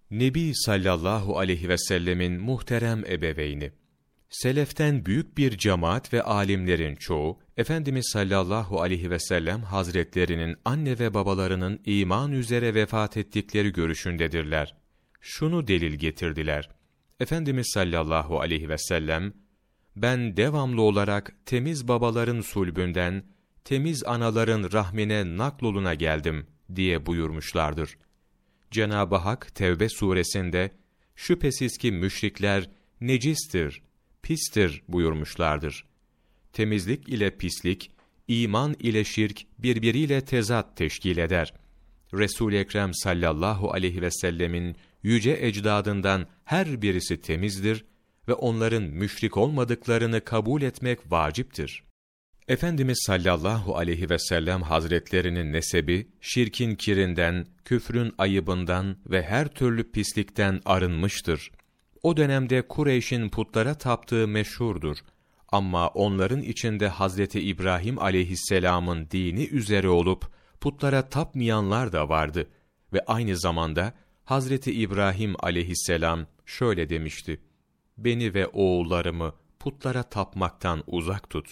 Nebi sallallahu aleyhi ve sellemin muhterem ebeveyni. Seleften büyük bir cemaat ve alimlerin çoğu, Efendimiz sallallahu aleyhi ve sellem hazretlerinin anne ve babalarının iman üzere vefat ettikleri görüşündedirler. Şunu delil getirdiler. Efendimiz sallallahu aleyhi ve sellem, ben devamlı olarak temiz babaların sulbünden, temiz anaların rahmine nakloluna geldim diye buyurmuşlardır. Cenab-ı Hak Tevbe suresinde, şüphesiz ki müşrikler necistir, pistir buyurmuşlardır. Temizlik ile pislik, iman ile şirk birbiriyle tezat teşkil eder. Resul-i Ekrem sallallahu aleyhi ve sellemin yüce ecdadından her birisi temizdir ve onların müşrik olmadıklarını kabul etmek vaciptir. Efendimiz sallallahu aleyhi ve sellem hazretlerinin nesebi, şirkin kirinden, küfrün ayıbından ve her türlü pislikten arınmıştır. O dönemde Kureyş'in putlara taptığı meşhurdur. Ama onların içinde Hazreti İbrahim aleyhisselamın dini üzere olup, putlara tapmayanlar da vardı. Ve aynı zamanda Hazreti İbrahim aleyhisselam şöyle demişti: beni ve oğullarımı putlara tapmaktan uzak tut.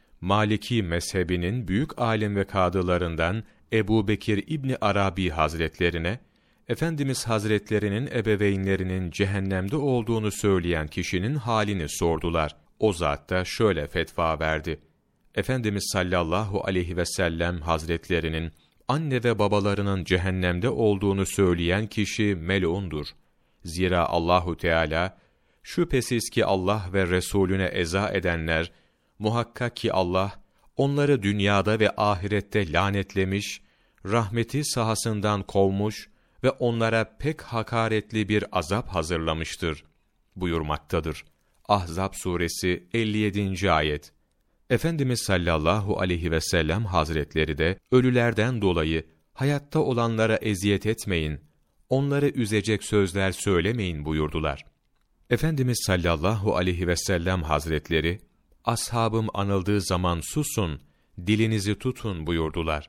Maliki mezhebinin büyük alim ve kadılarından Ebu Bekir İbni Arabi Hazretlerine, Efendimiz Hazretlerinin ebeveynlerinin cehennemde olduğunu söyleyen kişinin halini sordular. O zat da şöyle fetva verdi: Efendimiz sallallahu aleyhi ve sellem Hazretlerinin anne ve babalarının cehennemde olduğunu söyleyen kişi melundur. Zira Allahu Teala, şüphesiz ki Allah ve Resulüne eza edenler, muhakkak ki Allah, onları dünyada ve ahirette lanetlemiş, rahmeti sahasından kovmuş ve onlara pek hakaretli bir azap hazırlamıştır buyurmaktadır. Ahzab suresi 57. ayet. Efendimiz sallallahu aleyhi ve sellem hazretleri de ölülerden dolayı hayatta olanlara eziyet etmeyin, onları üzecek sözler söylemeyin buyurdular. Efendimiz sallallahu aleyhi ve sellem hazretleri, ashabım anıldığı zaman susun, dilinizi tutun buyurdular.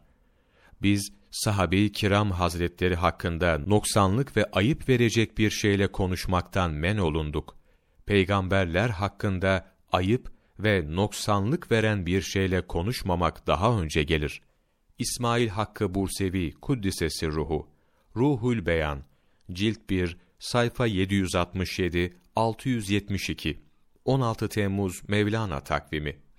Biz sahabe-i kiram hazretleri hakkında noksanlık ve ayıp verecek bir şeyle konuşmaktan men olunduk. Peygamberler hakkında ayıp ve noksanlık veren bir şeyle konuşmamak daha önce gelir. İsmail Hakkı Bursevi Kuddisesi Ruhu, Ruhul Beyan, Cilt 1, sayfa 767-672, 16 Temmuz Mevlana takvimi.